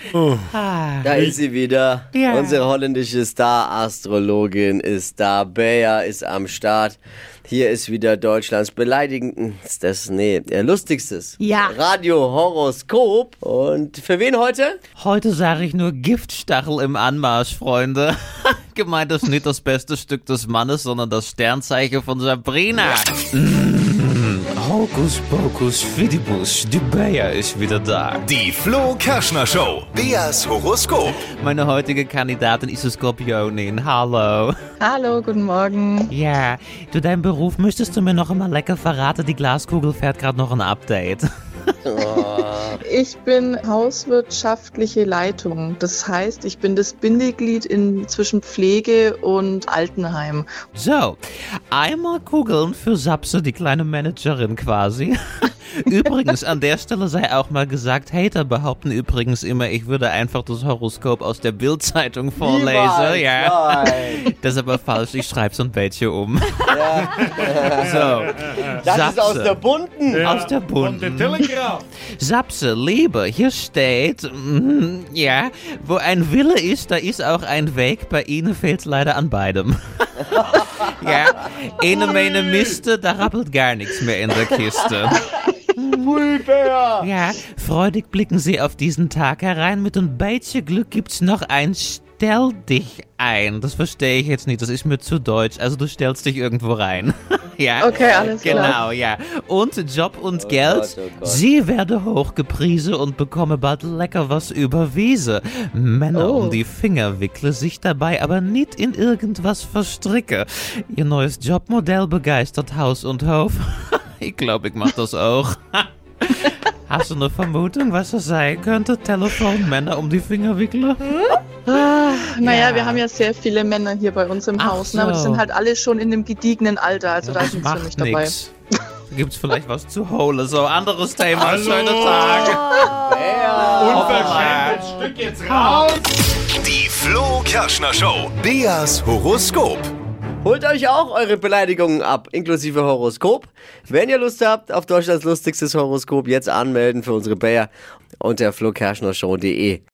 Da ist sie wieder. Ja. Unsere holländische Star-Astrologin ist da. Bea ist am Start. Hier ist wieder Deutschlands lustigstes Ja. Radio-Horoskop. Und für wen heute? Heute sage ich nur Giftstachel im Anmarsch, Freunde. Gemeint ist nicht das beste Stück des Mannes, sondern das Sternzeichen von Sabrina. Hokus Pokus Fidibus, die Bea ist wieder da. Die Flo Kerschner Show. Beas Horoskop. Meine heutige Kandidatin ist eine Skorpionin. Hallo. Hallo, guten Morgen. Ja, du, deinen Beruf müsstest du mir noch immer lecker verraten. Die Glaskugel fährt gerade noch ein Update. Ich bin hauswirtschaftliche Leitung. Das heißt, ich bin das Bindeglied zwischen Pflege und Altenheim. So, einmal Kugeln für Sapse, die kleine Managerin quasi. Übrigens, an der Stelle sei auch mal gesagt, Hater behaupten übrigens immer, ich würde einfach das Horoskop aus der Bild-Zeitung vorlesen. Niemals, Ja. nein. Das ist aber falsch, ich schreibe so ein Bällchen um. Ja. So, Das ist aus der bunten. Aus der bunten. Sapse, Liebe, hier steht, wo ein Wille ist, da ist auch ein Weg. Bei Ihnen fehlt leider an beidem. Ja, eine Miste, da rappelt gar nichts mehr in der Kiste. Hui, Bea. Ja, freudig blicken Sie auf diesen Tag herein. Mit ein bisschen Glück gibt's noch ein Stell dich ein. Das verstehe ich jetzt nicht, das ist mir zu deutsch. Also du stellst dich irgendwo rein. Ja, Okay, alles klar. genau, ja. Und Job und Geld, Gott, oh Gott. Sie werde hochgepriesen und bekomme bald lecker was überwiesen. Männer um die Finger wickle, sich dabei aber nicht in irgendwas verstricke. Ihr neues Jobmodell begeistert Haus und Hof. Ich glaube, ich mach das auch. Hast du eine Vermutung, was das sein könnte? Telefon, Männer um die Finger wickeln? Naja, wir haben ja sehr viele Männer hier bei uns im Ach Haus, ne? Aber die so. sind halt alle schon in dem gediegenen Alter, also da Das sind wir macht nicht dabei. nix. Gibt's vielleicht was zu holen? So, anderes Thema. Schönen Tag. Unverschämtes Stück jetzt raus! Die Flo Kerschner Show. Beas Horoskop. Holt euch auch eure Beleidigungen ab, inklusive Horoskop. Wenn ihr Lust habt, auf Deutschlands lustigstes Horoskop jetzt anmelden für unsere Bea unter flokerschnershow.de.